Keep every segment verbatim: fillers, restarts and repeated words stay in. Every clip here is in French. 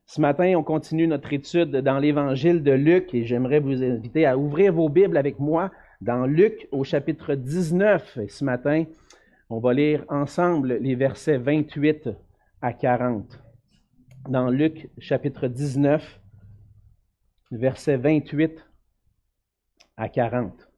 Ce matin, on continue notre étude dans l'Évangile de Luc et j'aimerais vous inviter à ouvrir vos Bibles avec moi dans Luc au chapitre dix-neuf. Et ce matin, on va lire ensemble les versets vingt-huit à quarante. Dans Luc chapitre dix-neuf, versets vingt-huit à quarante.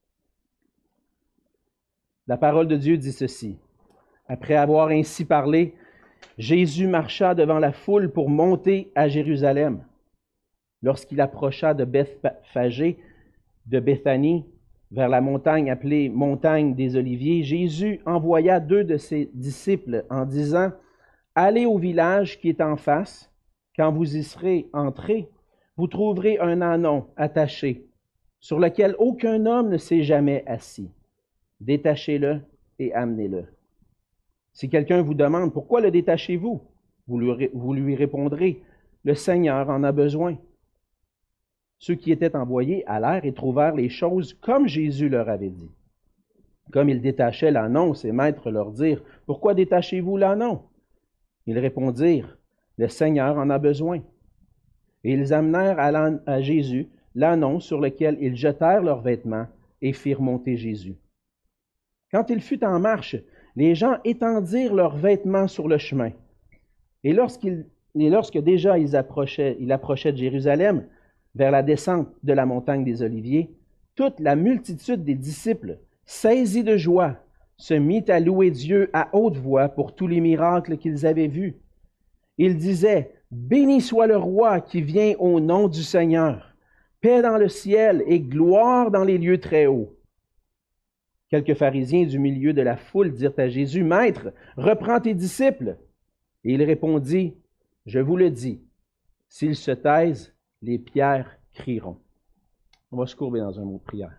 La parole de Dieu dit ceci. Après avoir ainsi parlé, Jésus marcha devant la foule pour monter à Jérusalem. Lorsqu'il approcha de Bethphagée, de Béthanie, vers la montagne appelée montagne des Oliviers, Jésus envoya deux de ses disciples en disant, « Allez au village qui est en face. Quand vous y serez entrés, vous trouverez un ânon attaché, sur lequel aucun homme ne s'est jamais assis. Détachez-le et amenez-le. Si quelqu'un vous demande, pourquoi le détachez-vous? Vous lui, vous lui répondrez, le Seigneur en a besoin. Ceux qui étaient envoyés allèrent et trouvèrent les choses comme Jésus leur avait dit. Comme ils détachaient l'ânon, ses maîtres leur dirent, pourquoi détachez-vous l'ânon? Ils répondirent, le Seigneur en a besoin. Et ils amenèrent à, à Jésus l'ânon sur lequel ils jetèrent leurs vêtements et firent monter Jésus. Quand il fut en marche, les gens étendirent leurs vêtements sur le chemin. Et, lorsqu'il, et lorsque déjà ils approchaient, il approchait de Jérusalem, vers la descente de la montagne des Oliviers, toute la multitude des disciples, saisis de joie, se mit à louer Dieu à haute voix pour tous les miracles qu'ils avaient vus. Ils disaient, « Béni soit le roi qui vient au nom du Seigneur, paix dans le ciel et gloire dans les lieux très hauts. » Quelques pharisiens du milieu de la foule dirent à Jésus, « Maître, reprends tes disciples. » Et il répondit, « Je vous le dis, s'ils se taisent, les pierres crieront. » On va se courber dans un mot de prière.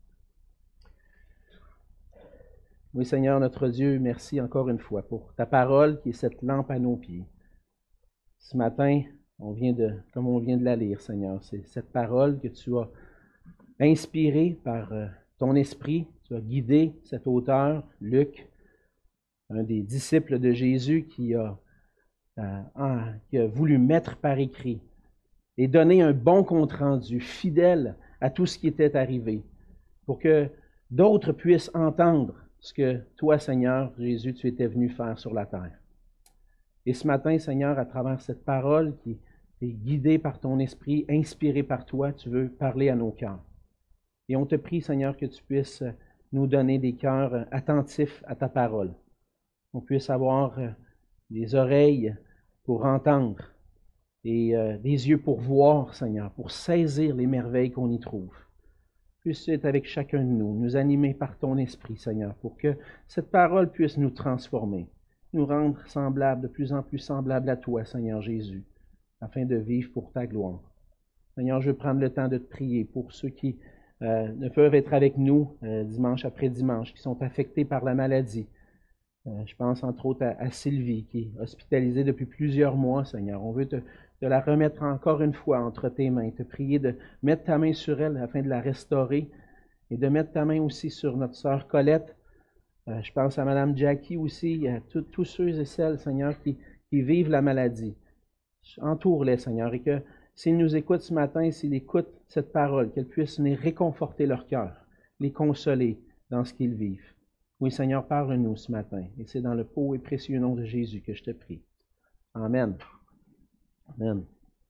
Oui, Seigneur, notre Dieu, merci encore une fois pour ta parole qui est cette lampe à nos pieds. Ce matin, on vient de, comme on vient de la lire, Seigneur, c'est cette parole que tu as inspirée par ton esprit. Tu as guidé cet auteur, Luc, un des disciples de Jésus qui a, euh, qui a voulu mettre par écrit et donner un bon compte-rendu fidèle à tout ce qui était arrivé pour que d'autres puissent entendre ce que toi, Seigneur Jésus, tu étais venu faire sur la terre. Et ce matin, Seigneur, à travers cette parole qui est guidée par ton esprit, inspirée par toi, tu veux parler à nos cœurs. Et on te prie, Seigneur, que tu puisses nous donner des cœurs attentifs à ta parole. On puisse avoir des oreilles pour entendre et des yeux pour voir, Seigneur, pour saisir les merveilles qu'on y trouve. Puisse être avec chacun de nous, nous animer par ton esprit, Seigneur, pour que cette parole puisse nous transformer, nous rendre semblables, de plus en plus semblables à toi, Seigneur Jésus, afin de vivre pour ta gloire. Seigneur, je veux prendre le temps de te prier pour ceux qui Euh, ne peuvent être avec nous euh, dimanche après dimanche, qui sont affectés par la maladie. Euh, je pense entre autres à, à Sylvie, qui est hospitalisée depuis plusieurs mois, Seigneur. On veut te, te la remettre encore une fois entre tes mains, te prier de mettre ta main sur elle afin de la restaurer et de mettre ta main aussi sur notre sœur Colette. Euh, je pense à Mme Jackie aussi, à tous ceux et celles, Seigneur, qui, qui vivent la maladie. Entoure-les, Seigneur, et que s'ils nous écoutent ce matin, s'ils écoutent cette parole, qu'elle puisse les réconforter leur cœur, les consoler dans ce qu'ils vivent. Oui, Seigneur, parle-nous ce matin. Et c'est dans le beau et précieux nom de Jésus que je te prie. Amen. Amen.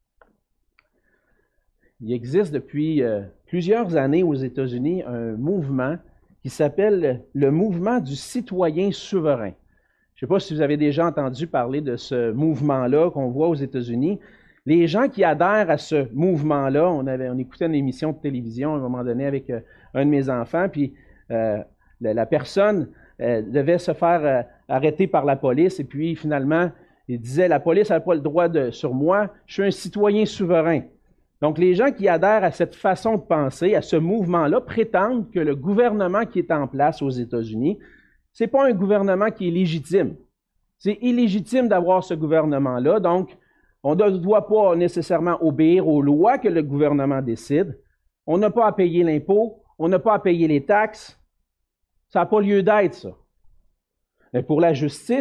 Il existe depuis euh, plusieurs années aux États-Unis un mouvement qui s'appelle le mouvement du citoyen souverain. Je ne sais pas si vous avez déjà entendu parler de ce mouvement-là qu'on voit aux États-Unis. Les gens qui adhèrent à ce mouvement-là, on, avait, on écoutait une émission de télévision à un moment donné avec euh, un de mes enfants, puis euh, la, la personne euh, devait se faire euh, arrêter par la police, et puis finalement, il disait, la police n'a pas le droit de, sur moi, je suis un citoyen souverain. Donc les gens qui adhèrent à cette façon de penser, à ce mouvement-là, prétendent que le gouvernement qui est en place aux États-Unis, ce n'est pas un gouvernement qui est légitime. C'est illégitime d'avoir ce gouvernement-là, donc on ne doit pas nécessairement obéir aux lois que le gouvernement décide. On n'a pas à payer l'impôt, on n'a pas à payer les taxes. Ça n'a pas lieu d'être, ça. Mais pour la justice,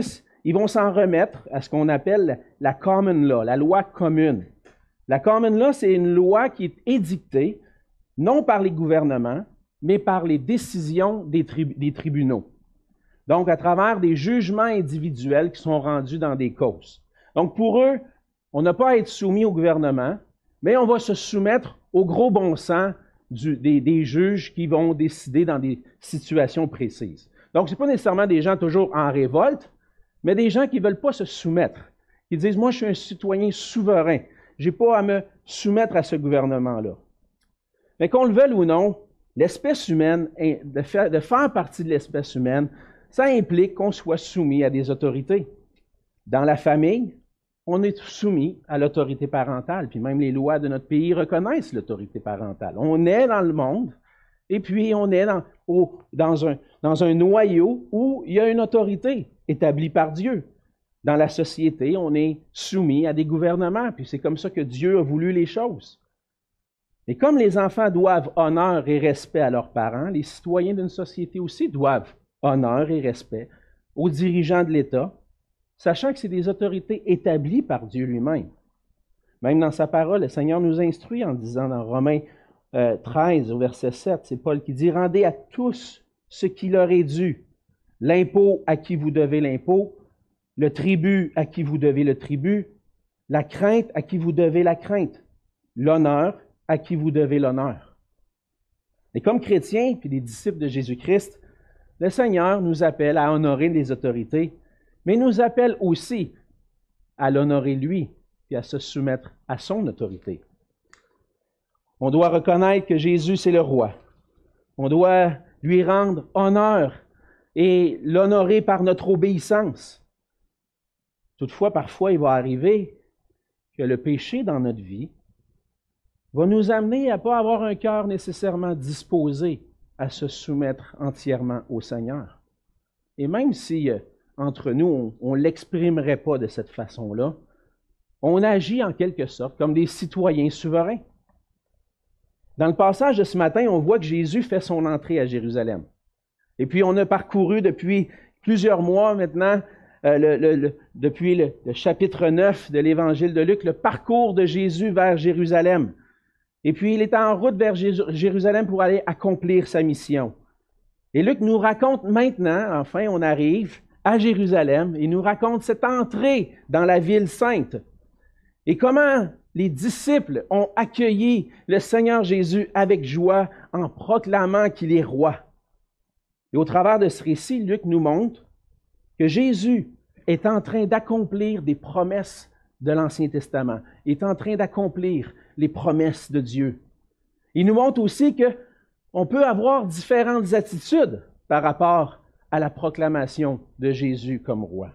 ils vont s'en remettre à ce qu'on appelle la common law, la loi commune. La common law, c'est une loi qui est édictée, non par les gouvernements, mais par les décisions des, tri- des tribunaux. Donc, à travers des jugements individuels qui sont rendus dans des causes. Donc, pour eux, on n'a pas à être soumis au gouvernement, mais on va se soumettre au gros bon sens du, des, des juges qui vont décider dans des situations précises. Donc, ce n'est pas nécessairement des gens toujours en révolte, mais des gens qui ne veulent pas se soumettre, qui disent « Moi, je suis un citoyen souverain, je n'ai pas à me soumettre à ce gouvernement-là. » Mais qu'on le veuille ou non, l'espèce humaine, de faire, de faire partie de l'espèce humaine, ça implique qu'on soit soumis à des autorités. Dans la famille, on est soumis à l'autorité parentale, puis même les lois de notre pays reconnaissent l'autorité parentale. On est dans le monde, et puis on est dans, au, dans, un, dans un noyau où il y a une autorité établie par Dieu. Dans la société, on est soumis à des gouvernements, puis c'est comme ça que Dieu a voulu les choses. Et comme les enfants doivent honneur et respect à leurs parents, les citoyens d'une société aussi doivent honneur et respect aux dirigeants de l'État, sachant que c'est des autorités établies par Dieu lui-même. Même dans sa parole, le Seigneur nous instruit en disant dans Romains euh, treize, au verset sept, c'est Paul qui dit « Rendez à tous ce qui leur est dû, l'impôt à qui vous devez l'impôt, le tribut à qui vous devez le tribut, la crainte à qui vous devez la crainte, l'honneur à qui vous devez l'honneur. » Et comme chrétiens, puis des disciples de Jésus-Christ, le Seigneur nous appelle à honorer les autorités, mais nous appelle aussi à l'honorer lui, puis à se soumettre à son autorité. On doit reconnaître que Jésus, c'est le roi. On doit lui rendre honneur et l'honorer par notre obéissance. Toutefois, parfois, il va arriver que le péché dans notre vie va nous amener à ne pas avoir un cœur nécessairement disposé à se soumettre entièrement au Seigneur. Et même si euh, entre nous, on ne l'exprimerait pas de cette façon-là, on agit en quelque sorte comme des citoyens souverains. Dans le passage de ce matin, on voit que Jésus fait son entrée à Jérusalem. Et puis, on a parcouru depuis plusieurs mois maintenant, euh, le, le, le, depuis le, le chapitre neuf de l'Évangile de Luc, le parcours de Jésus vers Jérusalem. Et puis, il est en route vers Jérusalem pour aller accomplir sa mission. Et Luc nous raconte maintenant, enfin, on arrive à Jérusalem, et il nous raconte cette entrée dans la ville sainte. Et comment les disciples ont accueilli le Seigneur Jésus avec joie en proclamant qu'il est roi. Et au travers de ce récit, Luc nous montre que Jésus est en train d'accomplir des promesses de l'Ancien Testament, est en train d'accomplir les promesses de Dieu. Il nous montre aussi qu'on peut avoir différentes attitudes par rapport à la proclamation de Jésus comme roi.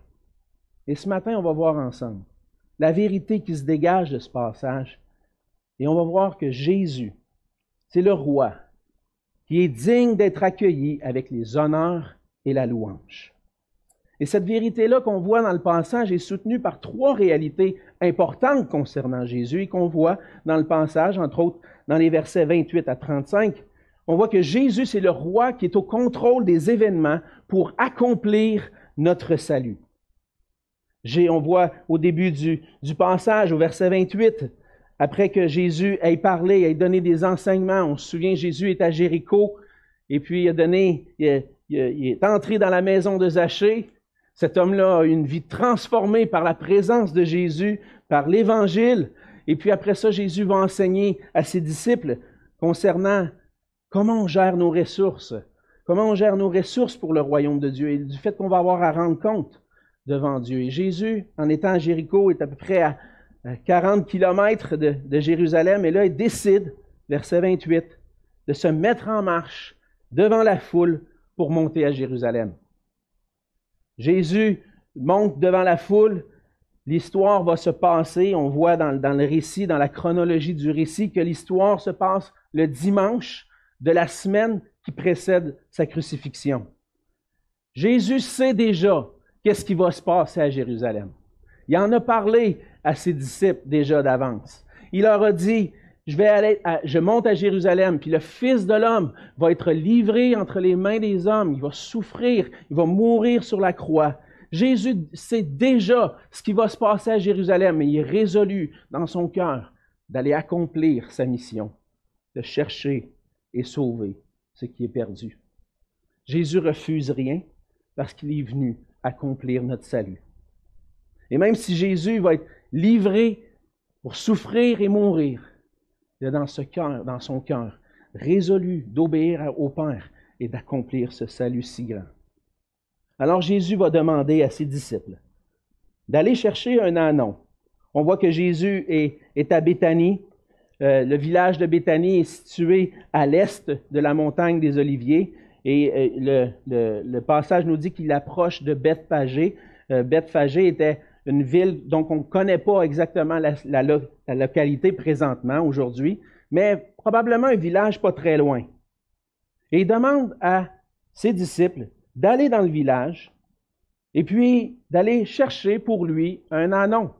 Et ce matin, on va voir ensemble la vérité qui se dégage de ce passage. Et on va voir que Jésus, c'est le roi qui est digne d'être accueilli avec les honneurs et la louange. Et cette vérité-là qu'on voit dans le passage est soutenue par trois réalités importantes concernant Jésus et qu'on voit dans le passage, entre autres dans les versets vingt-huit à trente-cinq. On voit que Jésus, c'est le roi qui est au contrôle des événements pour accomplir notre salut. J'ai, on voit au début du, du passage, au verset vingt-huit, après que Jésus ait parlé, ait donné des enseignements, on se souvient, Jésus est à Jéricho, et puis il a donné, il, il est entré dans la maison de Zachée. Cet homme-là a une vie transformée par la présence de Jésus, par l'Évangile. Et puis après ça, Jésus va enseigner à ses disciples concernant comment on gère nos ressources, comment on gère nos ressources pour le royaume de Dieu et du fait qu'on va avoir à rendre compte devant Dieu. Et Jésus, en étant à Jéricho, est à peu près à quarante kilomètres de, de Jérusalem, et là, il décide, verset vingt-huit, de se mettre en marche devant la foule pour monter à Jérusalem. Jésus monte devant la foule, l'histoire va se passer, on voit dans, dans le récit, dans la chronologie du récit, que l'histoire se passe le dimanche de la semaine qui précède sa crucifixion. Jésus sait déjà qu'est-ce qui va se passer à Jérusalem. Il en a parlé à ses disciples déjà d'avance. Il leur a dit, je vais aller, à, je monte à Jérusalem, puis le Fils de l'homme va être livré entre les mains des hommes, il va souffrir, il va mourir sur la croix, Jésus sait déjà ce qui va se passer à Jérusalem, mais il est résolu dans son cœur d'aller accomplir sa mission, de chercher et sauver ce qui est perdu. Jésus refuse rien parce qu'il est venu accomplir notre salut. Et même si Jésus va être livré pour souffrir et mourir, il est dans ce cœur, dans son cœur, résolu d'obéir au Père et d'accomplir ce salut si grand. Alors Jésus va demander à ses disciples d'aller chercher un ânon. On voit que Jésus est, est à Béthanie. Euh, le village de Béthanie est situé à l'est de la montagne des Oliviers. Et euh, le, le, le passage nous dit qu'il approche de Bethphagée. Euh, Bethphagée était une ville dont on ne connaît pas exactement la, la, la localité présentement, aujourd'hui, mais probablement un village pas très loin. Et il demande à ses disciples d'aller dans le village et puis d'aller chercher pour lui un ânon.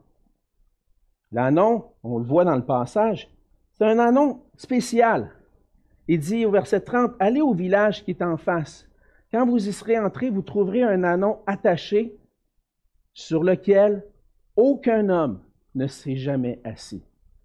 L'ânon, on le voit dans le passage, c'est un ânon spécial. Il dit au verset trente, « Allez au village qui est en face. Quand vous y serez entrés, vous trouverez un ânon attaché sur lequel aucun homme ne s'est jamais assis. »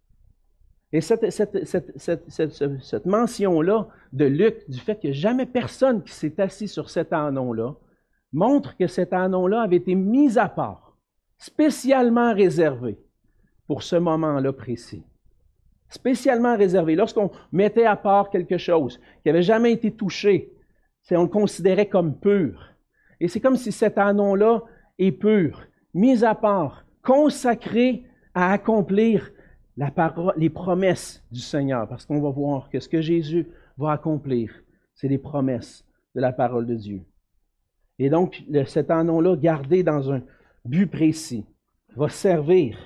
Et cette, cette, cette, cette, cette, cette mention-là de Luc, du fait qu'il n'y a jamais personne qui s'est assis sur cet ânon-là, montre que cet ânon-là avait été mis à part, spécialement réservé pour ce moment-là précis. Spécialement réservé. Lorsqu'on mettait à part quelque chose qui n'avait jamais été touché, on le considérait comme pur. Et c'est comme si cet ânon-là est pur, mis à part, consacré à accomplir la parole, les promesses du Seigneur. Parce qu'on va voir que ce que Jésus va accomplir, c'est les promesses de la parole de Dieu. Et donc, le, cet ânon-là, gardé dans un but précis, va servir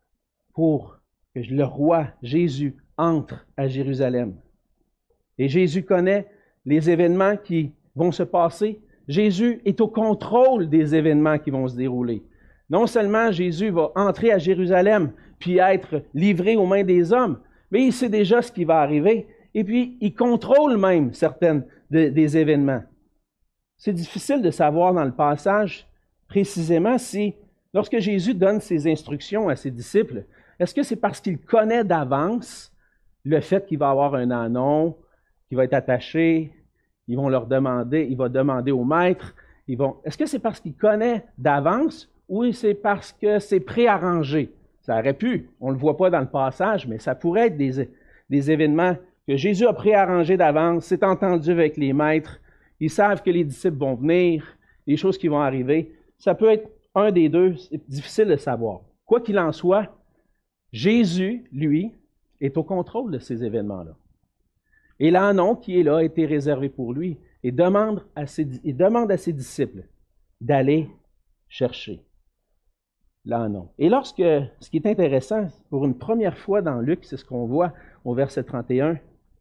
pour que le roi Jésus entre à Jérusalem. Et Jésus connaît les événements qui vont se passer. Jésus est au contrôle des événements qui vont se dérouler. Non seulement Jésus va entrer à Jérusalem puis être livré aux mains des hommes, mais il sait déjà ce qui va arriver. Et puis, il contrôle même certaines de, des événements. C'est difficile de savoir dans le passage précisément si, lorsque Jésus donne ses instructions à ses disciples, est-ce que c'est parce qu'il connaît d'avance le fait qu'il va avoir un ânon, qu'il va être attaché, ils vont leur demander, il va demander au maître, ils vont. Est-ce que c'est parce qu'il connaît d'avance ou c'est parce que c'est préarrangé? Ça aurait pu, on ne le voit pas dans le passage, mais ça pourrait être des, des événements que Jésus a préarrangés d'avance, c'est entendu avec les maîtres, ils savent que les disciples vont venir, les choses qui vont arriver. Ça peut être un des deux, c'est difficile de savoir. Quoi qu'il en soit, Jésus, lui, est au contrôle de ces événements-là. Et l'ânon qui est là a été réservé pour lui et demande à ses, il demande à ses disciples d'aller chercher l'ânon. Et lorsque, ce qui est intéressant, pour une première fois dans Luc, c'est ce qu'on voit au verset trente et un,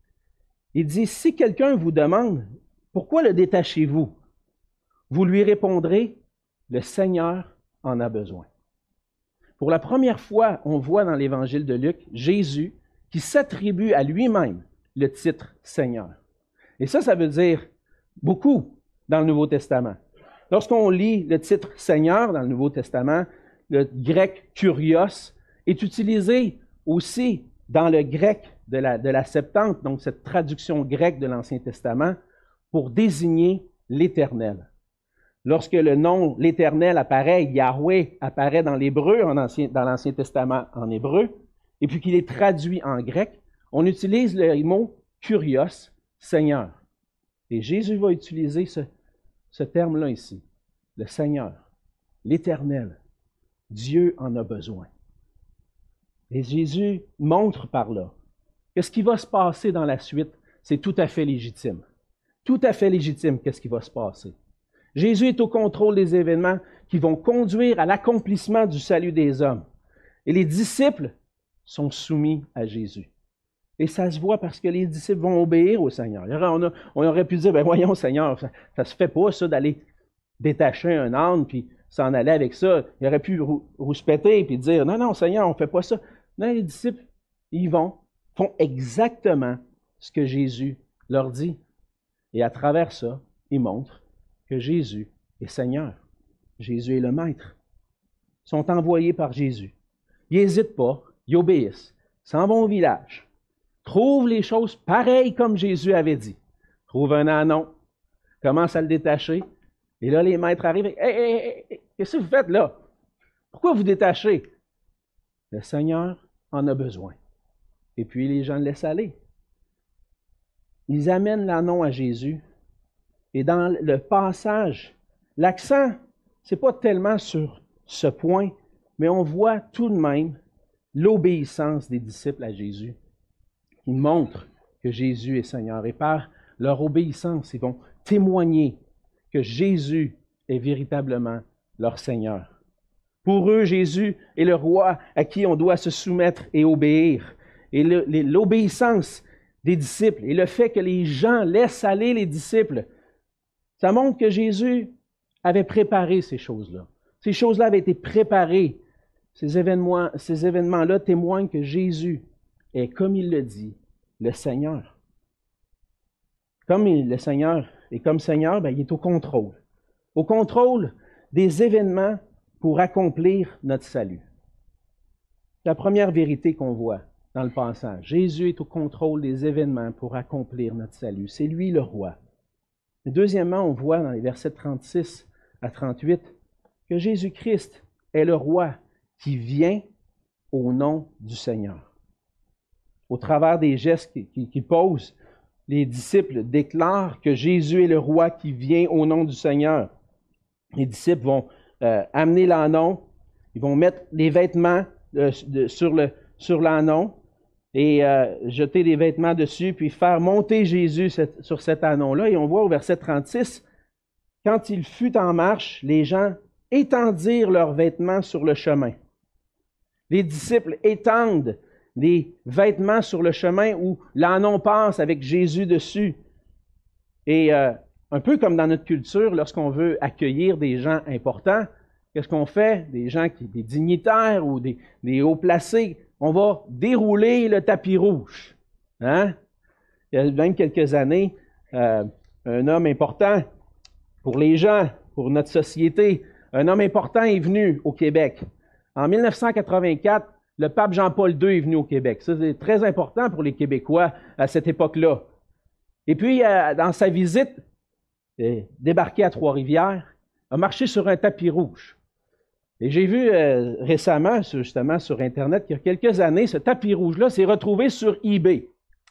il dit, « Si quelqu'un vous demande, pourquoi le détachez-vous? Vous lui répondrez, le Seigneur en a besoin. » Pour la première fois, on voit dans l'Évangile de Luc, Jésus qui s'attribue à lui-même le titre Seigneur. Et ça, ça veut dire beaucoup dans le Nouveau Testament. Lorsqu'on lit le titre Seigneur dans le Nouveau Testament, le grec kurios est utilisé aussi dans le grec de la, de la Septante, donc cette traduction grecque de l'Ancien Testament, pour désigner l'Éternel. Lorsque le nom l'Éternel apparaît, Yahweh apparaît dans l'hébreu, en ancien, dans l'Ancien Testament en hébreu, et puis qu'il est traduit en grec, on utilise le mot kurios, Seigneur. Et Jésus va utiliser ce, ce terme-là ici, le Seigneur, l'Éternel. Dieu en a besoin. Et Jésus montre par là que ce qui va se passer dans la suite, c'est tout à fait légitime. Tout à fait légitime, qu'est-ce qui va se passer. Jésus est au contrôle des événements qui vont conduire à l'accomplissement du salut des hommes. Et les disciples sont soumis à Jésus. Et ça se voit parce que les disciples vont obéir au Seigneur. On, a, on aurait pu dire, ben voyons Seigneur, ça ne se fait pas ça d'aller détacher un âne puis s'en aller avec ça. Il aurait pu rouspéter et dire, non, non Seigneur, on ne fait pas ça. Non, les disciples, ils vont, font exactement ce que Jésus leur dit. Et à travers ça, ils montrent que Jésus est Seigneur. Jésus est le maître. Ils sont envoyés par Jésus. Ils n'hésitent pas, ils obéissent, s'en vont au village, trouvent les choses pareilles comme Jésus avait dit. Trouvent un anon, commencent à le détacher, et là les maîtres arrivent et « Hé, hé, hé, qu'est-ce que vous faites là? Pourquoi vous détachez? » Le Seigneur en a besoin. Et puis les gens le laissent aller. Ils amènent l'anon à Jésus, et dans le passage, l'accent, ce n'est pas tellement sur ce point, mais on voit tout de même l'obéissance des disciples à Jésus. Ils montrent que Jésus est Seigneur. Et par leur obéissance, ils vont témoigner que Jésus est véritablement leur Seigneur. Pour eux, Jésus est le roi à qui on doit se soumettre et obéir. Et le, l'obéissance des disciples et le fait que les gens laissent aller les disciples, ça montre que Jésus avait préparé ces choses-là. Ces choses-là avaient été préparées. Ces événements, ces événements-là témoignent que Jésus est, comme il le dit, le Seigneur. Comme il, le Seigneur est comme Seigneur, ben, il est au contrôle. Au contrôle des événements pour accomplir notre salut. La première vérité qu'on voit dans le passage. Jésus est au contrôle des événements pour accomplir notre salut. C'est lui le roi. Et deuxièmement, on voit dans les versets trente-six à trente-huit que Jésus-Christ est le roi qui vient au nom du Seigneur. Au travers des gestes qu'il pose, les disciples déclarent que Jésus est le roi qui vient au nom du Seigneur. Les disciples vont euh, amener l'anon, ils vont mettre les vêtements euh, de, sur, le, sur l'anon et euh, jeter les vêtements dessus, puis faire monter Jésus cette, sur cet anon-là. Et on voit au verset trente-six, quand il fut en marche, les gens étendirent leurs vêtements sur le chemin. Les disciples étendent des vêtements sur le chemin où l'anon passe avec Jésus dessus. Et euh, un peu comme dans notre culture, lorsqu'on veut accueillir des gens importants, qu'est-ce qu'on fait? Des gens qui, des dignitaires ou des, des hauts placés, on va dérouler le tapis rouge. Hein? Il y a même quelques années, euh, un homme important pour les gens, pour notre société, un homme important est venu au Québec. En mille neuf cent quatre-vingt-quatre, le pape Jean-Paul deux est venu au Québec. Ça, c'est très important pour les Québécois à cette époque-là. Et puis, euh, dans sa visite, euh, débarqué à Trois-Rivières, a marché sur un tapis rouge. Et j'ai vu euh, récemment, justement sur Internet, qu'il y a quelques années, ce tapis rouge-là s'est retrouvé sur eBay.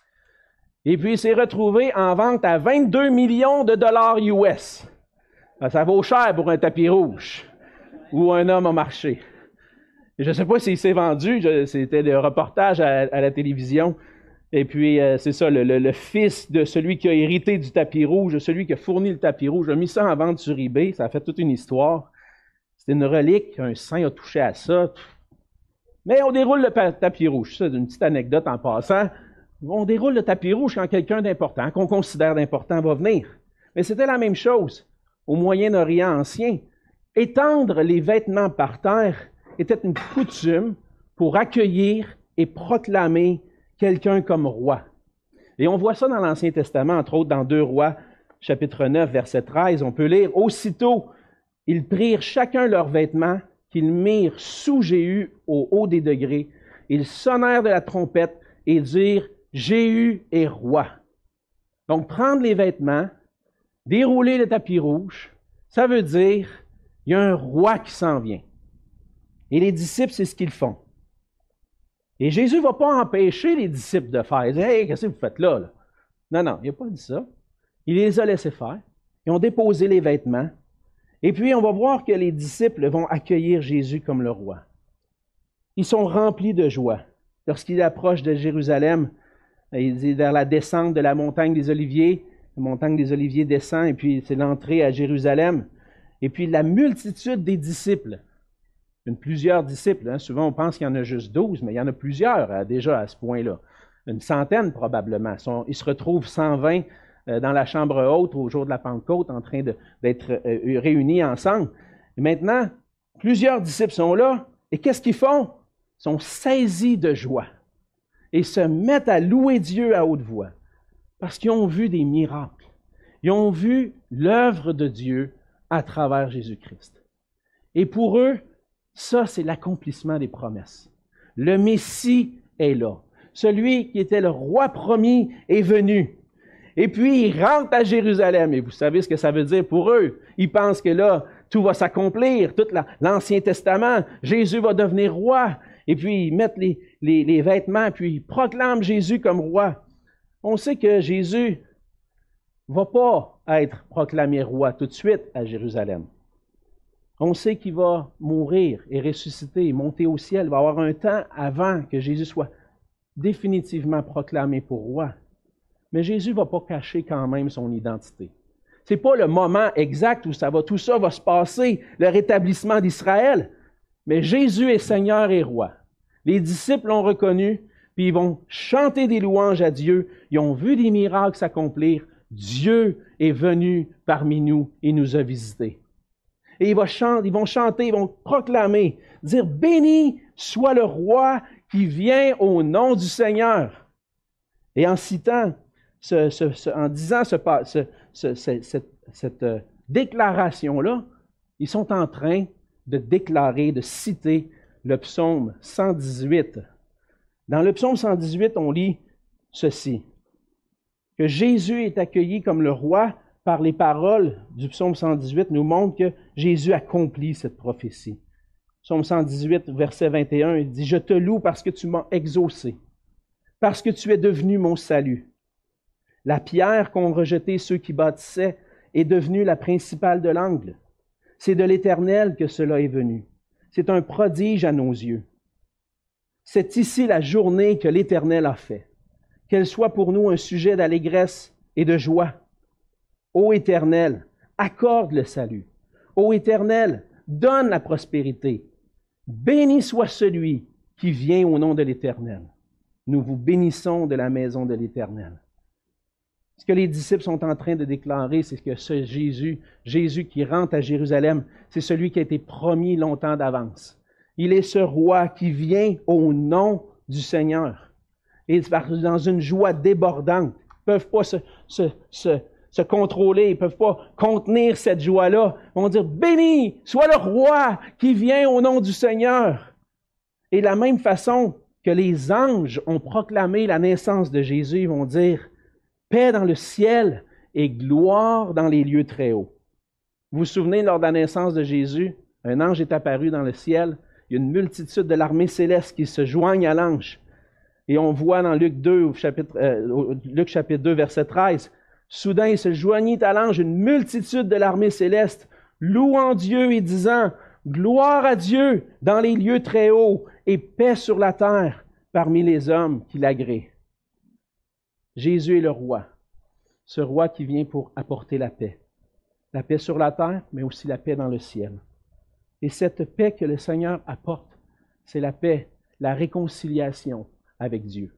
Et puis, il s'est retrouvé en vente à vingt-deux millions de dollars U S. Ça vaut cher pour un tapis rouge où un homme a marché. Et je ne sais pas s'il s'est vendu, je, c'était des reportages à, à la télévision. Et puis, euh, c'est ça, le, le, le fils de celui qui a hérité du tapis rouge, celui qui a fourni le tapis rouge, a mis ça en vente sur eBay. Ça a fait toute une histoire. C'était une relique, un saint a touché à ça. Mais on déroule le tapis rouge. Ça, c'est une petite anecdote en passant. On déroule le tapis rouge quand quelqu'un d'important, qu'on considère d'important, va venir. Mais c'était la même chose au Moyen-Orient ancien. Étendre les vêtements par terre était une coutume pour accueillir et proclamer quelqu'un comme roi. Et on voit ça dans l'Ancien Testament, entre autres dans deux Rois, chapitre neuf, verset treize. On peut lire « Aussitôt, ils prirent chacun leurs vêtements qu'ils mirent sous Jéhu au haut des degrés. Ils sonnèrent de la trompette et dirent « Jéhu est roi ». Donc, prendre les vêtements, dérouler le tapis rouge, ça veut dire il y a un roi qui s'en vient. Et les disciples, c'est ce qu'ils font. Et Jésus ne va pas empêcher les disciples de faire. Il dit, « Hey, qu'est-ce que vous faites là, là? » Non, non, il n'a pas dit ça. Il les a laissés faire. Ils ont déposé les vêtements. Et puis, on va voir que les disciples vont accueillir Jésus comme le roi. Ils sont remplis de joie. Lorsqu'il approche de Jérusalem, il dit vers la descente de la montagne des Oliviers. La montagne des Oliviers descend et puis c'est l'entrée à Jérusalem. Et puis, la multitude des disciples. Il y a plusieurs disciples. Hein. Souvent, on pense qu'il y en a juste douze, mais il y en a plusieurs hein, déjà à ce point-là. Une centaine probablement. Ils se retrouvent cent vingt euh, dans la chambre haute au jour de la Pentecôte en train de, d'être euh, réunis ensemble. Et maintenant, plusieurs disciples sont là. Et qu'est-ce qu'ils font? Ils sont saisis de joie. Et se mettent à louer Dieu à haute voix. Parce qu'ils ont vu des miracles. Ils ont vu l'œuvre de Dieu à travers Jésus-Christ. Et pour eux, ça, c'est l'accomplissement des promesses. Le Messie est là. Celui qui était le roi promis est venu. Et puis, il rentre à Jérusalem. Et vous savez ce que ça veut dire pour eux. Ils pensent que là, tout va s'accomplir. Tout la, l'Ancien Testament, Jésus va devenir roi. Et puis, ils mettent les, les, les vêtements, puis ils proclament Jésus comme roi. On sait que Jésus ne va pas être proclamé roi tout de suite à Jérusalem. On sait qu'il va mourir et ressusciter et monter au ciel. Il va y avoir un temps avant que Jésus soit définitivement proclamé pour roi. Mais Jésus ne va pas cacher quand même son identité. Ce n'est pas le moment exact où ça va, tout ça va se passer, le rétablissement d'Israël. Mais Jésus est Seigneur et roi. Les disciples l'ont reconnu, puis ils vont chanter des louanges à Dieu. Ils ont vu des miracles s'accomplir. Dieu est venu parmi nous et nous a visités. Et ils vont chanter, ils vont chanter, ils vont proclamer, dire « Béni soit le roi qui vient au nom du Seigneur. » Et en citant, ce, ce, ce, en disant ce, ce, ce, ce, cette, cette euh, déclaration-là, ils sont en train de déclarer, de citer le psaume cent dix-huit. Dans le psaume cent dix-huit, on lit ceci, que Jésus est accueilli comme le roi par les paroles du psaume cent dix-huit nous montrent que Jésus accomplit cette prophétie. Psaume cent dix-huit, verset vingt et un, il dit « Je te loue parce que tu m'as exaucé, parce que tu es devenu mon salut. La pierre qu'ont rejetée ceux qui bâtissaient est devenue la principale de l'angle. C'est de l'Éternel que cela est venu. C'est un prodige à nos yeux. C'est ici la journée que l'Éternel a fait. Qu'elle soit pour nous un sujet d'allégresse et de joie. Ô Éternel, accorde le salut. Ô Éternel, donne la prospérité. Béni soit celui qui vient au nom de l'Éternel. Nous vous bénissons de la maison de l'Éternel. » Ce que les disciples sont en train de déclarer, c'est que ce Jésus, Jésus qui rentre à Jérusalem, c'est celui qui a été promis longtemps d'avance. Il est ce roi qui vient au nom du Seigneur. Et dans une joie débordante. Ils ne peuvent pas se, se, se, se contrôler, ils ne peuvent pas contenir cette joie-là. Ils vont dire, béni soit le roi qui vient au nom du Seigneur. Et de la même façon que les anges ont proclamé la naissance de Jésus, ils vont dire, paix dans le ciel et gloire dans les lieux très hauts. Vous vous souvenez, lors de la naissance de Jésus, un ange est apparu dans le ciel. Il y a une multitude de l'armée céleste qui se joignent à l'ange. Et on voit dans Luc deux, au chapitre, euh, Luc chapitre deux, verset treize, soudain il se joignit à l'ange une multitude de l'armée céleste, louant Dieu et disant, gloire à Dieu dans les lieux très hauts et paix sur la terre parmi les hommes qui l'agréent. Jésus est le roi, ce roi qui vient pour apporter la paix. La paix sur la terre, mais aussi la paix dans le ciel. Et cette paix que le Seigneur apporte, c'est la paix, la réconciliation avec Dieu.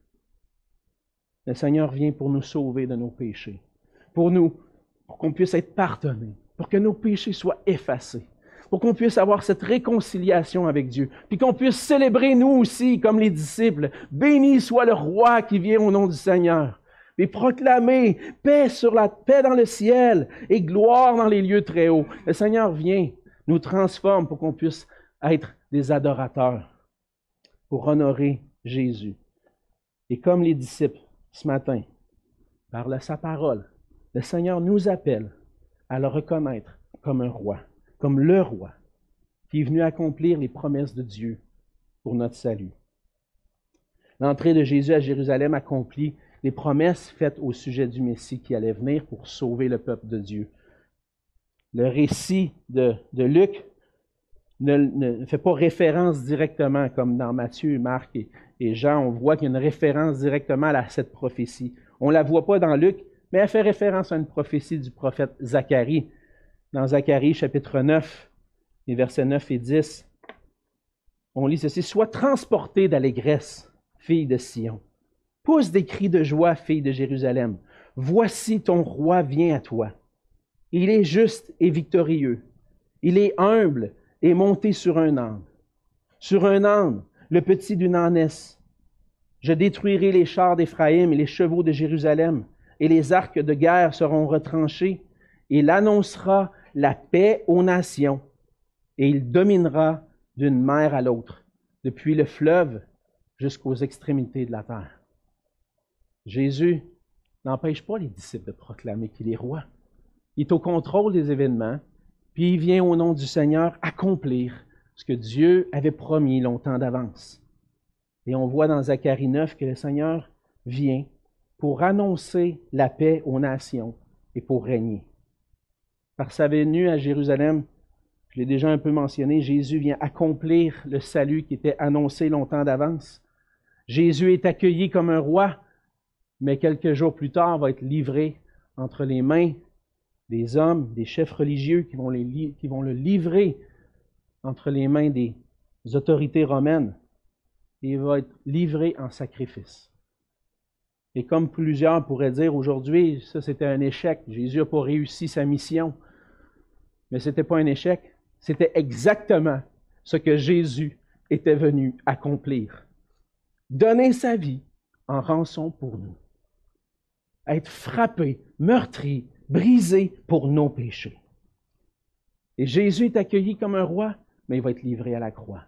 Le Seigneur vient pour nous sauver de nos péchés, pour nous, pour qu'on puisse être pardonnés, pour que nos péchés soient effacés, pour qu'on puisse avoir cette réconciliation avec Dieu, puis qu'on puisse célébrer nous aussi, comme les disciples, béni soit le roi qui vient au nom du Seigneur. Et proclamer paix sur la paix dans le ciel et gloire dans les lieux très hauts. Le Seigneur vient, nous transforme pour qu'on puisse être des adorateurs, pour honorer Jésus. Et comme les disciples ce matin, par sa parole, le Seigneur nous appelle à le reconnaître comme un roi, comme le roi, qui est venu accomplir les promesses de Dieu pour notre salut. L'entrée de Jésus à Jérusalem accomplit les promesses faites au sujet du Messie qui allait venir pour sauver le peuple de Dieu. Le récit de, de Luc ne, ne fait pas référence directement, comme dans Matthieu, Marc et, et Jean, on voit qu'il y a une référence directement à cette prophétie. On ne la voit pas dans Luc, mais elle fait référence à une prophétie du prophète Zacharie. Dans Zacharie, chapitre neuf, les versets neuf et dix, on lit ceci, « Sois transporté d'allégresse, fille de Sion. Pousse des cris de joie, fille de Jérusalem. Voici ton roi vient à toi. Il est juste et victorieux. Il est humble et monté sur un âne. Sur un âne, le petit d'une ânesse. Je détruirai les chars d'Éphraïm et les chevaux de Jérusalem, et les arcs de guerre seront retranchés. Il annoncera la paix aux nations, et il dominera d'une mer à l'autre, depuis le fleuve jusqu'aux extrémités de la terre. Jésus n'empêche pas les disciples de proclamer qu'il est roi. Il est au contrôle des événements, puis il vient au nom du Seigneur accomplir ce que Dieu avait promis longtemps d'avance. Et on voit dans Zacharie neuf que le Seigneur vient pour annoncer la paix aux nations et pour régner. Par sa venue à Jérusalem, je l'ai déjà un peu mentionné, Jésus vient accomplir le salut qui était annoncé longtemps d'avance. Jésus est accueilli comme un roi, mais quelques jours plus tard va être livré entre les mains des hommes, des chefs religieux qui vont, les, qui vont le livrer entre les mains des autorités romaines. Et il va être livré en sacrifice. Et comme plusieurs pourraient dire aujourd'hui, ça c'était un échec. Jésus n'a pas réussi sa mission. Mais ce n'était pas un échec. C'était exactement ce que Jésus était venu accomplir. Donner sa vie en rançon pour nous. Être frappé, meurtri, brisé pour nos péchés. Et Jésus est accueilli comme un roi, mais il va être livré à la croix.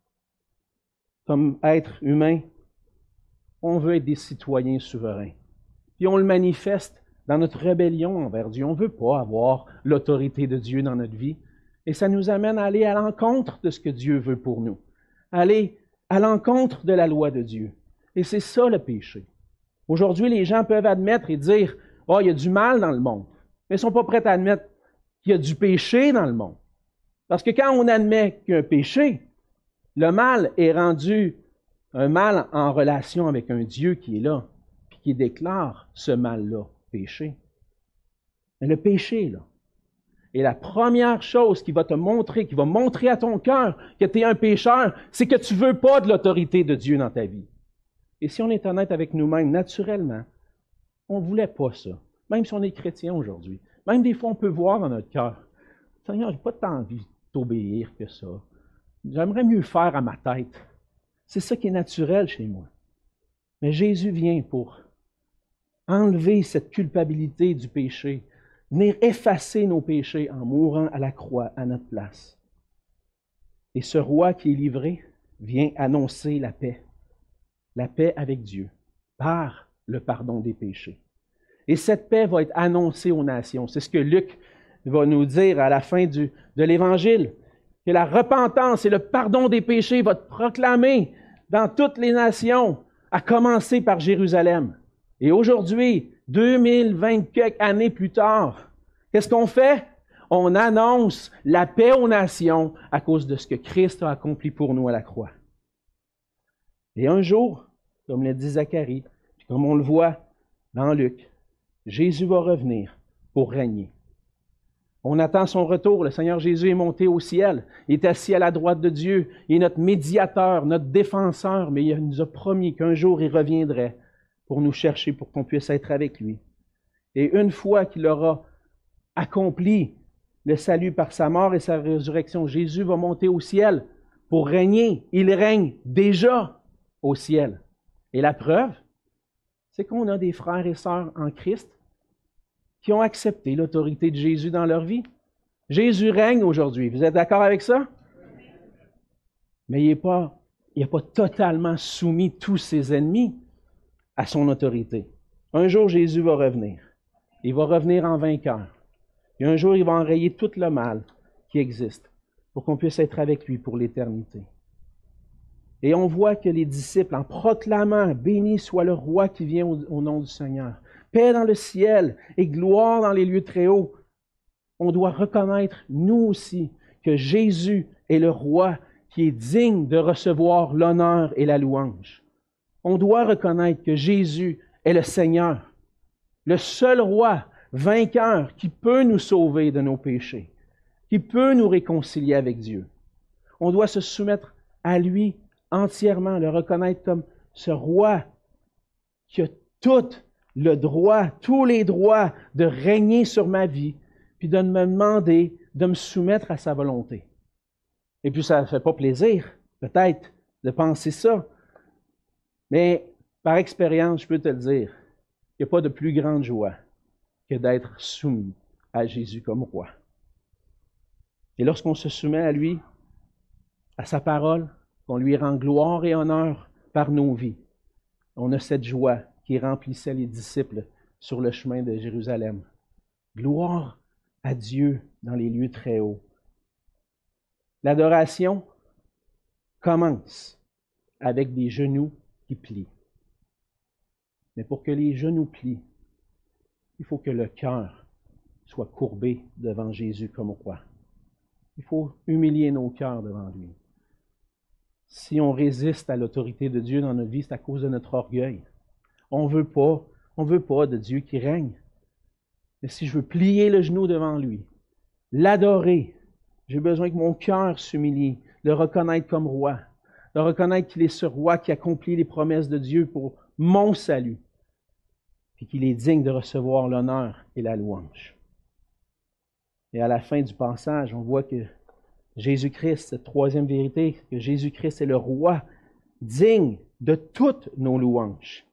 Comme être humain, on veut être des citoyens souverains. Puis on le manifeste dans notre rébellion envers Dieu. On ne veut pas avoir l'autorité de Dieu dans notre vie. Et ça nous amène à aller à l'encontre de ce que Dieu veut pour nous. Aller à l'encontre de la loi de Dieu. Et c'est ça le péché. Aujourd'hui, les gens peuvent admettre et dire « Oh, il y a du mal dans le monde ». Mais ils ne sont pas prêts à admettre qu'il y a du péché dans le monde. Parce que quand on admet qu'il y a un péché, le mal est rendu un mal en relation avec un Dieu qui est là, puis qui déclare ce mal-là, péché. Mais le péché, là, et la première chose qui va te montrer, qui va montrer à ton cœur que tu es un pécheur, c'est que tu ne veux pas de l'autorité de Dieu dans ta vie. Et si on est honnête avec nous-mêmes, naturellement, on ne voulait pas ça. Même si on est chrétien aujourd'hui. Même des fois, on peut voir dans notre cœur, « Seigneur, je n'ai pas tant envie d'obéir que ça. J'aimerais mieux faire à ma tête. » C'est ça qui est naturel chez moi. Mais Jésus vient pour enlever cette culpabilité du péché, venir effacer nos péchés en mourant à la croix à notre place. Et ce roi qui est livré vient annoncer la paix. La paix avec Dieu, par le pardon des péchés. Et cette paix va être annoncée aux nations. C'est ce que Luc va nous dire à la fin du, de l'Évangile, que la repentance et le pardon des péchés va être proclamé dans toutes les nations, à commencer par Jérusalem. Et aujourd'hui, deux mille vingt quelques années plus tard, qu'est-ce qu'on fait? On annonce la paix aux nations à cause de ce que Christ a accompli pour nous à la croix. Et un jour, comme le dit Zacharie, puis comme on le voit dans Luc, Jésus va revenir pour régner. On attend son retour. Le Seigneur Jésus est monté au ciel. Il est assis à la droite de Dieu. Il est notre médiateur, notre défenseur, mais il nous a promis qu'un jour il reviendrait pour nous chercher, pour qu'on puisse être avec lui. Et une fois qu'il aura accompli le salut par sa mort et sa résurrection, Jésus va monter au ciel pour régner. Il règne déjà au ciel. Et la preuve, c'est qu'on a des frères et sœurs en Christ qui ont accepté l'autorité de Jésus dans leur vie. Jésus règne aujourd'hui. Vous êtes d'accord avec ça? Mais il n'est pas, il n'a pas totalement soumis tous ses ennemis à son autorité. Un jour, Jésus va revenir. Il va revenir en vainqueur. Et un jour, il va enrayer tout le mal qui existe pour qu'on puisse être avec lui pour l'éternité. Et on voit que les disciples, en proclamant « Béni soit le roi qui vient au, au nom du Seigneur », paix dans le ciel et gloire dans les lieux très hauts, on doit reconnaître, nous aussi, que Jésus est le roi qui est digne de recevoir l'honneur et la louange. On doit reconnaître que Jésus est le Seigneur, le seul roi vainqueur qui peut nous sauver de nos péchés, qui peut nous réconcilier avec Dieu. On doit se soumettre à lui entièrement, le reconnaître comme ce roi qui a tout le droit, tous les droits de régner sur ma vie, puis de me demander de me soumettre à sa volonté. Et puis ça ne fait pas plaisir, peut-être, de penser ça. Mais par expérience, je peux te le dire, il n'y a pas de plus grande joie que d'être soumis à Jésus comme roi. Et lorsqu'on se soumet à lui, à sa parole, qu'on lui rend gloire et honneur par nos vies, on a cette joie qui remplissait les disciples sur le chemin de Jérusalem. Gloire à Dieu dans les lieux très hauts. L'adoration commence avec des genoux qui plient. Mais pour que les genoux plient, il faut que le cœur soit courbé devant Jésus comme roi. Il faut humilier nos cœurs devant lui. Si on résiste à l'autorité de Dieu dans notre vie, c'est à cause de notre orgueil. On veut pas, on veut pas de Dieu qui règne. Mais si je veux plier le genou devant lui, l'adorer, j'ai besoin que mon cœur s'humilie, le reconnaître comme roi, de reconnaître qu'il est ce roi qui accomplit les promesses de Dieu pour mon salut, puis qu'il est digne de recevoir l'honneur et la louange. Et à la fin du passage, on voit que Jésus-Christ, cette troisième vérité, que Jésus-Christ est le roi digne de toutes nos louanges.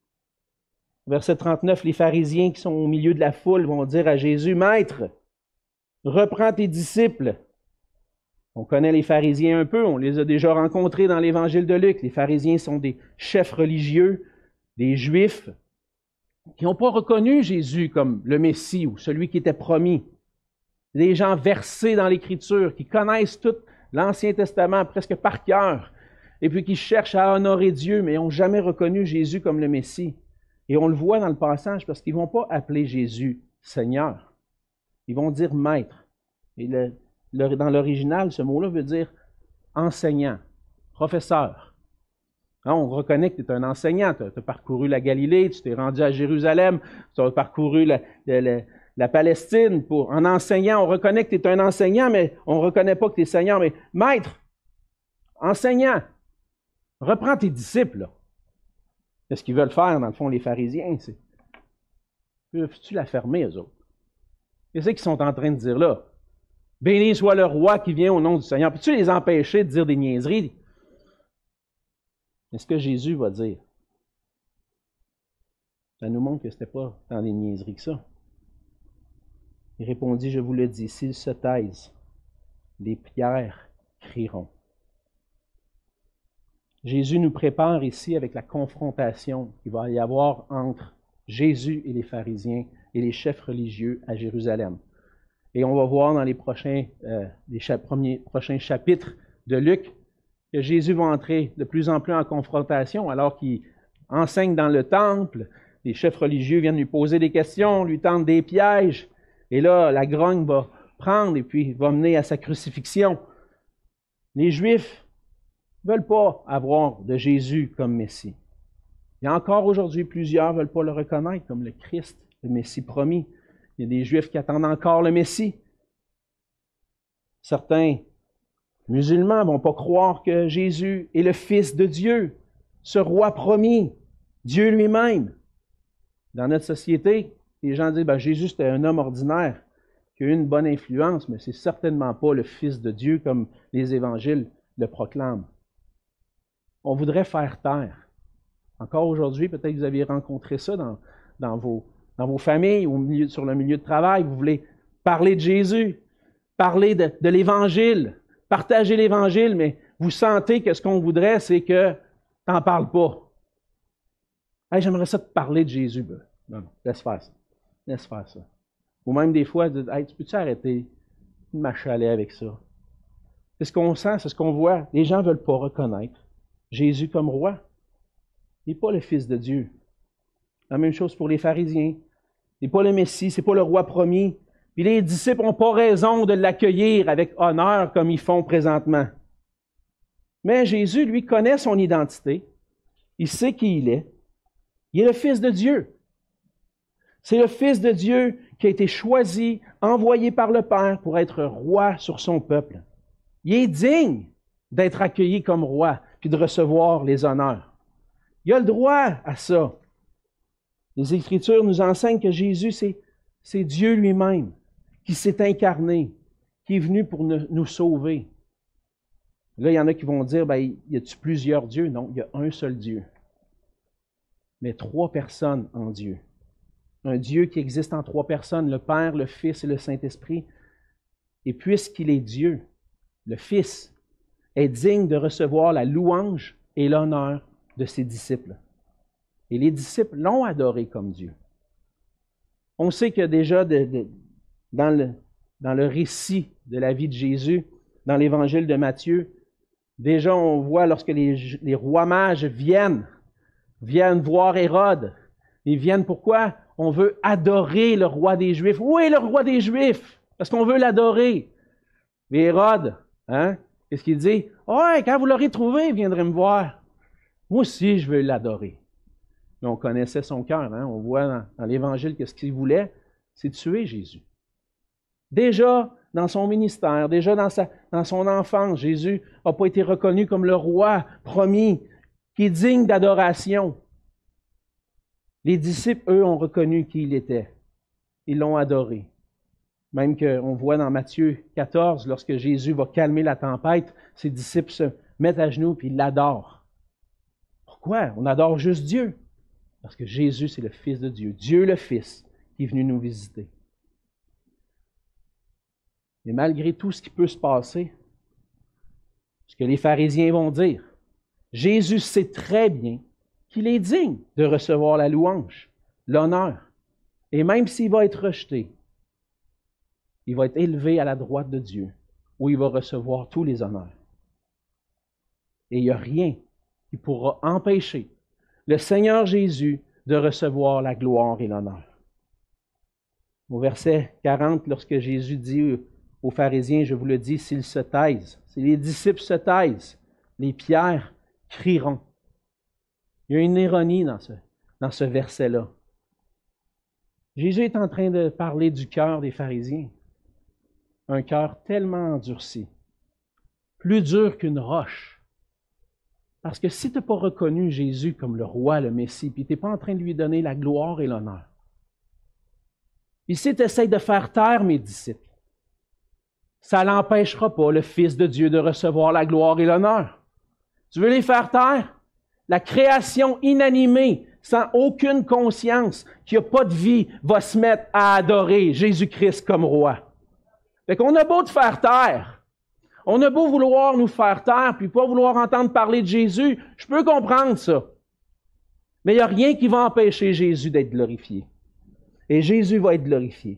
Verset trente-neuf, les pharisiens qui sont au milieu de la foule vont dire à Jésus, « Maître, reprends tes disciples. » On connaît les pharisiens un peu, on les a déjà rencontrés dans l'Évangile de Luc. Les pharisiens sont des chefs religieux, des Juifs, qui n'ont pas reconnu Jésus comme le Messie ou celui qui était promis. Des gens versés dans l'Écriture, qui connaissent tout l'Ancien Testament presque par cœur, et puis qui cherchent à honorer Dieu, mais n'ont jamais reconnu Jésus comme le Messie. Et on le voit dans le passage parce qu'ils ne vont pas appeler Jésus Seigneur. Ils vont dire Maître. Et le, le, dans l'original, ce mot-là veut dire enseignant, professeur. Hein, on reconnaît que tu es un enseignant. Tu as, tu as parcouru la Galilée, tu t'es rendu à Jérusalem, tu as parcouru la, la, la, la Palestine. Pour, en enseignant, on reconnaît que tu es un enseignant, mais on ne reconnaît pas que tu es Seigneur. Mais Maître, enseignant, reprends tes disciples. Là. C'est ce qu'ils veulent faire, dans le fond, les pharisiens. C'est, peux-tu la fermer, eux autres? Qu'est-ce qu'ils sont en train de dire là? Béni soit le roi qui vient au nom du Seigneur. Peux-tu les empêcher de dire des niaiseries? Mais ce que Jésus va dire, ça nous montre que ce n'était pas dans des niaiseries que ça. Il répondit, je vous le dis, s'ils se taisent, les pierres crieront. Jésus nous prépare ici avec la confrontation qu'il va y avoir entre Jésus et les pharisiens et les chefs religieux à Jérusalem. Et on va voir dans les prochains, euh, les cha- premiers, prochains chapitres de Luc que Jésus va entrer de plus en plus en confrontation alors qu'il enseigne dans le temple. Les chefs religieux viennent lui poser des questions, lui tendent des pièges. Et là, la grogne va prendre et puis va mener à sa crucifixion. Les Juifs ne veulent pas avoir de Jésus comme Messie. Il y a encore aujourd'hui plusieurs ne veulent pas le reconnaître comme le Christ, le Messie promis. Il y a des Juifs qui attendent encore le Messie. Certains musulmans ne vont pas croire que Jésus est le Fils de Dieu, ce roi promis, Dieu lui-même. Dans notre société, les gens disent ben, Jésus c'était un homme ordinaire qui a eu une bonne influence, mais ce n'est certainement pas le Fils de Dieu comme les évangiles le proclament. On voudrait faire taire. Encore aujourd'hui, peut-être que vous avez rencontré ça dans, dans, vos, dans vos familles ou au milieu, sur le milieu de travail. Vous voulez parler de Jésus, parler de, de l'Évangile, partager l'Évangile, mais vous sentez que ce qu'on voudrait, c'est que tu n'en parles pas. Hey, j'aimerais ça te parler de Jésus. Ben, non, non, laisse faire ça. Laisse faire ça. Ou même des fois, hey, tu peux-tu arrêter de m'achaler avec ça? C'est ce qu'on sent, c'est ce qu'on voit. Les gens ne veulent pas reconnaître Jésus comme roi. Il n'est pas le Fils de Dieu. La même chose pour les pharisiens. Il n'est pas le Messie, ce n'est pas le roi promis. Puis les disciples n'ont pas raison de l'accueillir avec honneur comme ils font présentement. Mais Jésus, lui, connaît son identité. Il sait qui il est. Il est le Fils de Dieu. C'est le Fils de Dieu qui a été choisi, envoyé par le Père pour être roi sur son peuple. Il est digne d'être accueilli comme roi, puis de recevoir les honneurs. Il a le droit à ça. Les Écritures nous enseignent que Jésus, c'est, c'est Dieu lui-même qui s'est incarné, qui est venu pour nous, nous sauver. Là, il y en a qui vont dire, ben, y a-t-il plusieurs dieux? Non, il y a un seul Dieu. Mais trois personnes en Dieu. Un Dieu qui existe en trois personnes, le Père, le Fils et le Saint-Esprit. Et puisqu'il est Dieu, le Fils est digne de recevoir la louange et l'honneur de ses disciples. Et les disciples l'ont adoré comme Dieu. On sait que déjà de, de, dans, le, dans le récit de la vie de Jésus, dans l'évangile de Matthieu, déjà on voit lorsque les, les rois mages viennent, viennent voir Hérode. Ils viennent pourquoi? On veut adorer le roi des Juifs. Où est le roi des Juifs? Parce qu'on veut l'adorer. Mais Hérode, hein, qu'est-ce qu'il dit? Ouais, quand vous l'aurez trouvé, il viendrait me voir. Moi aussi, je veux l'adorer. Mais on connaissait son cœur. Hein? On voit dans, dans l'Évangile que ce qu'il voulait, c'est tuer Jésus. Déjà dans son ministère, déjà dans, sa, dans son enfance, Jésus n'a pas été reconnu comme le roi promis, qui est digne d'adoration. Les disciples, eux, ont reconnu qui il était. Ils l'ont adoré. Même qu'on voit dans Matthieu quatorze, lorsque Jésus va calmer la tempête, ses disciples se mettent à genoux et ils l'adorent. Pourquoi? On adore juste Dieu. Parce que Jésus, c'est le Fils de Dieu. Dieu le Fils qui est venu nous visiter. Mais malgré tout ce qui peut se passer, ce que les pharisiens vont dire, Jésus sait très bien qu'il est digne de recevoir la louange, l'honneur. Et même s'il va être rejeté, il va être élevé à la droite de Dieu, où il va recevoir tous les honneurs. Et il n'y a rien qui pourra empêcher le Seigneur Jésus de recevoir la gloire et l'honneur. Au verset quarante, lorsque Jésus dit aux pharisiens, je vous le dis, s'ils se taisent, si les disciples se taisent, les pierres crieront. Il y a une ironie dans ce, dans ce verset-là. Jésus est en train de parler du cœur des pharisiens. Un cœur tellement endurci, plus dur qu'une roche. Parce que si tu n'as pas reconnu Jésus comme le roi, le Messie, puis tu n'es pas en train de lui donner la gloire et l'honneur, puis si tu essaies de faire taire mes disciples, ça n'empêchera pas le Fils de Dieu de recevoir la gloire et l'honneur. Tu veux les faire taire? La création inanimée, sans aucune conscience, qui n'a pas de vie, va se mettre à adorer Jésus-Christ comme roi. Fait qu'on a beau te faire taire, on a beau vouloir nous faire taire, puis pas vouloir entendre parler de Jésus, je peux comprendre ça. Mais il n'y a rien qui va empêcher Jésus d'être glorifié. Et Jésus va être glorifié.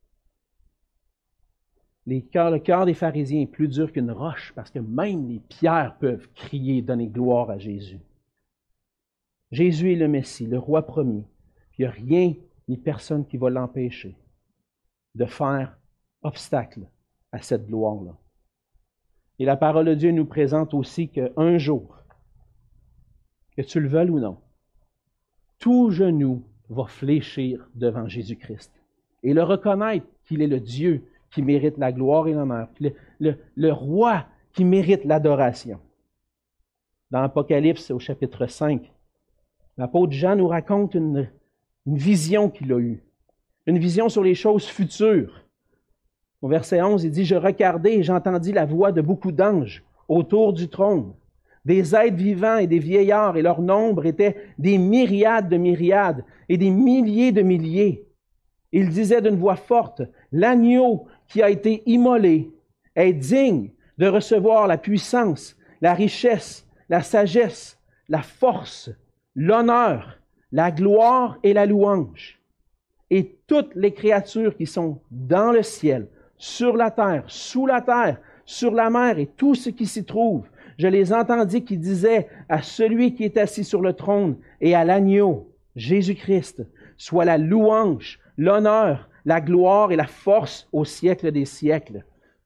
Les cœurs, le cœur des pharisiens est plus dur qu'une roche, parce que même les pierres peuvent crier et donner gloire à Jésus. Jésus est le Messie, le roi promis. Puis il n'y a rien ni personne qui va l'empêcher de faire obstacle à cette gloire-là. Et la parole de Dieu nous présente aussi qu'un jour, que tu le veuilles ou non, tout genou va fléchir devant Jésus-Christ et le reconnaître qu'il est le Dieu qui mérite la gloire et l'honneur, le, le, le roi qui mérite l'adoration. Dans Apocalypse, au chapitre cinq, l'apôtre Jean nous raconte une, une vision qu'il a eue, une vision sur les choses futures. Au verset onze, il dit « Je regardai et j'entendis la voix de beaucoup d'anges autour du trône, des êtres vivants et des vieillards, et leur nombre était des myriades de myriades et des milliers de milliers. Ils disaient d'une voix forte, « L'agneau qui a été immolé est digne de recevoir la puissance, la richesse, la sagesse, la force, l'honneur, la gloire et la louange. Et toutes les créatures qui sont dans le ciel, sur la terre, sous la terre, sur la mer et tout ce qui s'y trouve, je les entendis qui disaient à celui qui est assis sur le trône et à l'agneau, Jésus-Christ, soit la louange, l'honneur, la gloire et la force au siècle des siècles. »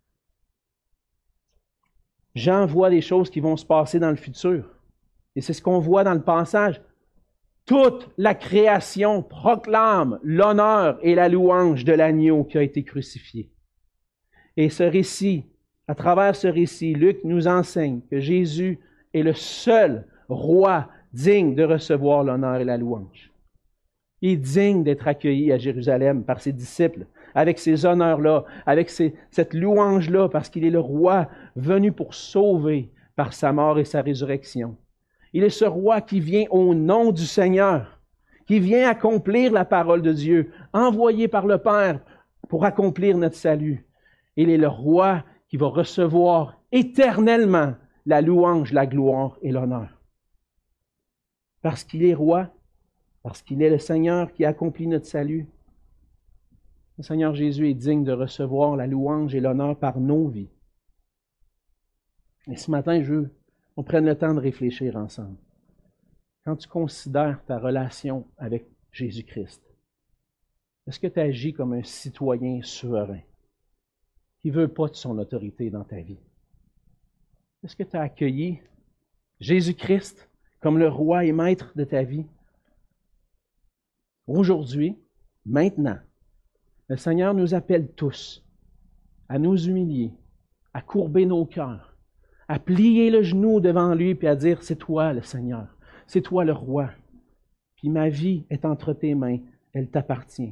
Jean voit des choses qui vont se passer dans le futur. Et c'est ce qu'on voit dans le passage. Toute la création proclame l'honneur et la louange de l'agneau qui a été crucifié. Et ce récit, à travers ce récit, Luc nous enseigne que Jésus est le seul roi digne de recevoir l'honneur et la louange. Il est digne d'être accueilli à Jérusalem par ses disciples, avec ces honneurs-là, avec ces, cette louange-là, parce qu'il est le roi venu pour sauver par sa mort et sa résurrection. Il est ce roi qui vient au nom du Seigneur, qui vient accomplir la parole de Dieu, envoyé par le Père pour accomplir notre salut. Il est le roi qui va recevoir éternellement la louange, la gloire et l'honneur. Parce qu'il est roi, parce qu'il est le Seigneur qui accomplit notre salut. Le Seigneur Jésus est digne de recevoir la louange et l'honneur par nos vies. Et ce matin, je veux qu'on prenne le temps de réfléchir ensemble. Quand tu considères ta relation avec Jésus-Christ, est-ce que tu agis comme un citoyen souverain qui ne veut pas de son autorité dans ta vie? Est-ce que tu as accueilli Jésus-Christ comme le roi et maître de ta vie? Aujourd'hui, maintenant, le Seigneur nous appelle tous à nous humilier, à courber nos cœurs, à plier le genou devant lui et à dire, c'est toi le Seigneur, c'est toi le roi. Puis ma vie est entre tes mains, elle t'appartient.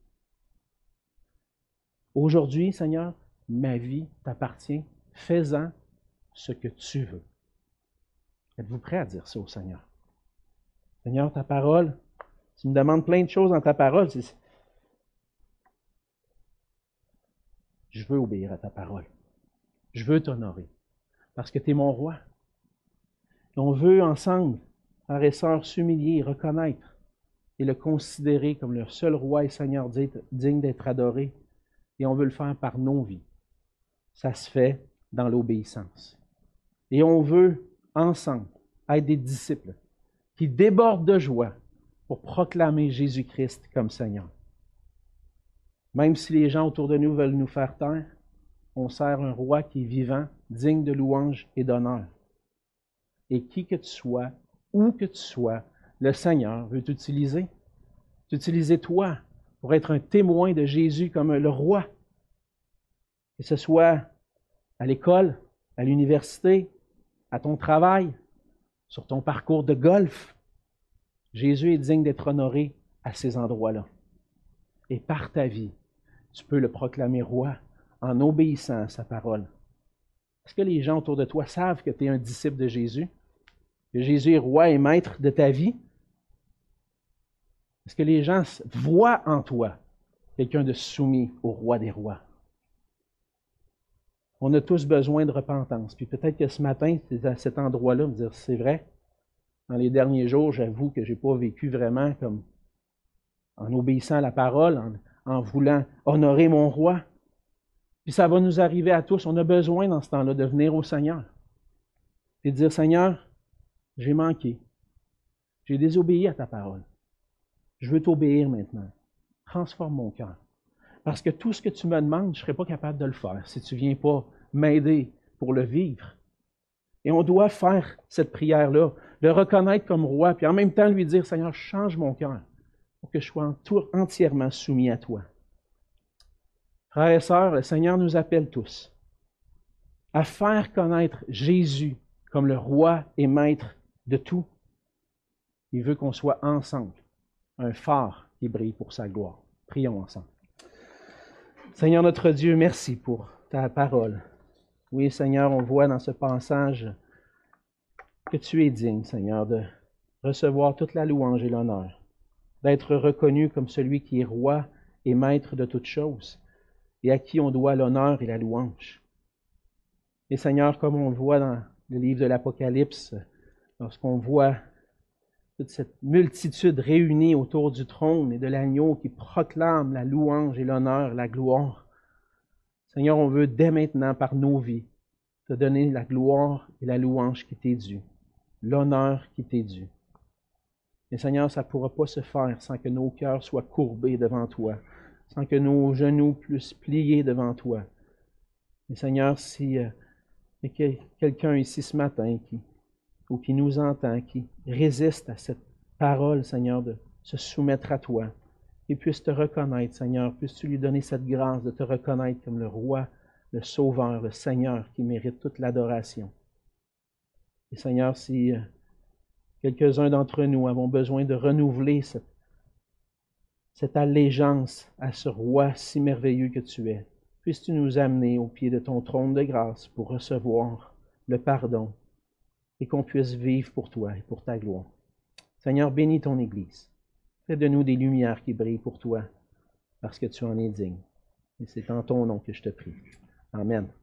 Aujourd'hui, Seigneur, ma vie t'appartient, fais-en ce que tu veux. Êtes-vous prêt à dire ça au Seigneur? Seigneur, ta parole, tu me demandes plein de choses dans ta parole. C'est... Je veux obéir à ta parole. Je veux t'honorer parce que tu es mon roi. Et on veut ensemble, frères et sœurs, s'humilier, reconnaître et le considérer comme le seul roi et Seigneur digne d'être adoré. Et on veut le faire par nos vies. Ça se fait dans l'obéissance. Et on veut, ensemble, être des disciples qui débordent de joie pour proclamer Jésus-Christ comme Seigneur. Même si les gens autour de nous veulent nous faire taire, on sert un roi qui est vivant, digne de louange et d'honneur. Et qui que tu sois, où que tu sois, le Seigneur veut t'utiliser. T'utiliser toi pour être un témoin de Jésus comme le roi. Que ce soit à l'école, à l'université, à ton travail, sur ton parcours de golf. Jésus est digne d'être honoré à ces endroits-là. Et par ta vie, tu peux le proclamer roi en obéissant à sa parole. Est-ce que les gens autour de toi savent que tu es un disciple de Jésus? Que Jésus est roi et maître de ta vie? Est-ce que les gens voient en toi quelqu'un de soumis au roi des rois? On a tous besoin de repentance. Puis peut-être que ce matin, c'est à cet endroit-là, me dire, c'est vrai, dans les derniers jours, j'avoue que je n'ai pas vécu vraiment comme en obéissant à la parole, en, en voulant honorer mon roi. Puis ça va nous arriver à tous. On a besoin dans ce temps-là de venir au Seigneur et de dire, Seigneur, j'ai manqué. J'ai désobéi à ta parole. Je veux t'obéir maintenant. Transforme mon cœur. Parce que tout ce que tu me demandes, je ne serai pas capable de le faire si tu ne viens pas m'aider pour le vivre. Et on doit faire cette prière-là, le reconnaître comme roi, puis en même temps lui dire, Seigneur, change mon cœur pour que je sois entièrement soumis à toi. Frères et sœurs, le Seigneur nous appelle tous à faire connaître Jésus comme le roi et maître de tout. Il veut qu'on soit ensemble, un phare qui brille pour sa gloire. Prions ensemble. Seigneur notre Dieu, merci pour ta parole. Oui, Seigneur, on voit dans ce passage que tu es digne, Seigneur, de recevoir toute la louange et l'honneur, d'être reconnu comme celui qui est roi et maître de toutes choses, et à qui on doit l'honneur et la louange. Et Seigneur, comme on le voit dans le livre de l'Apocalypse, lorsqu'on voit toute cette multitude réunie autour du trône et de l'agneau qui proclame la louange et l'honneur, la gloire. Seigneur, on veut dès maintenant, par nos vies, te donner la gloire et la louange qui t'est due, l'honneur qui t'est dû. Mais Seigneur, ça ne pourra pas se faire sans que nos cœurs soient courbés devant toi, sans que nos genoux puissent plier devant toi. Et Seigneur, si euh, il y a quelqu'un ici ce matin qui ou qui nous entend, qui résiste à cette parole, Seigneur, de se soumettre à toi, et puisse te reconnaître, Seigneur, puisses-tu lui donner cette grâce de te reconnaître comme le roi, le sauveur, le Seigneur qui mérite toute l'adoration. Et Seigneur, si euh, quelques-uns d'entre nous avons besoin de renouveler cette, cette allégeance à ce roi si merveilleux que tu es, puisses-tu nous amener au pied de ton trône de grâce pour recevoir le pardon, et qu'on puisse vivre pour toi et pour ta gloire. Seigneur, bénis ton Église. Fais de nous des lumières qui brillent pour toi, parce que tu en es digne. Et c'est en ton nom que je te prie. Amen.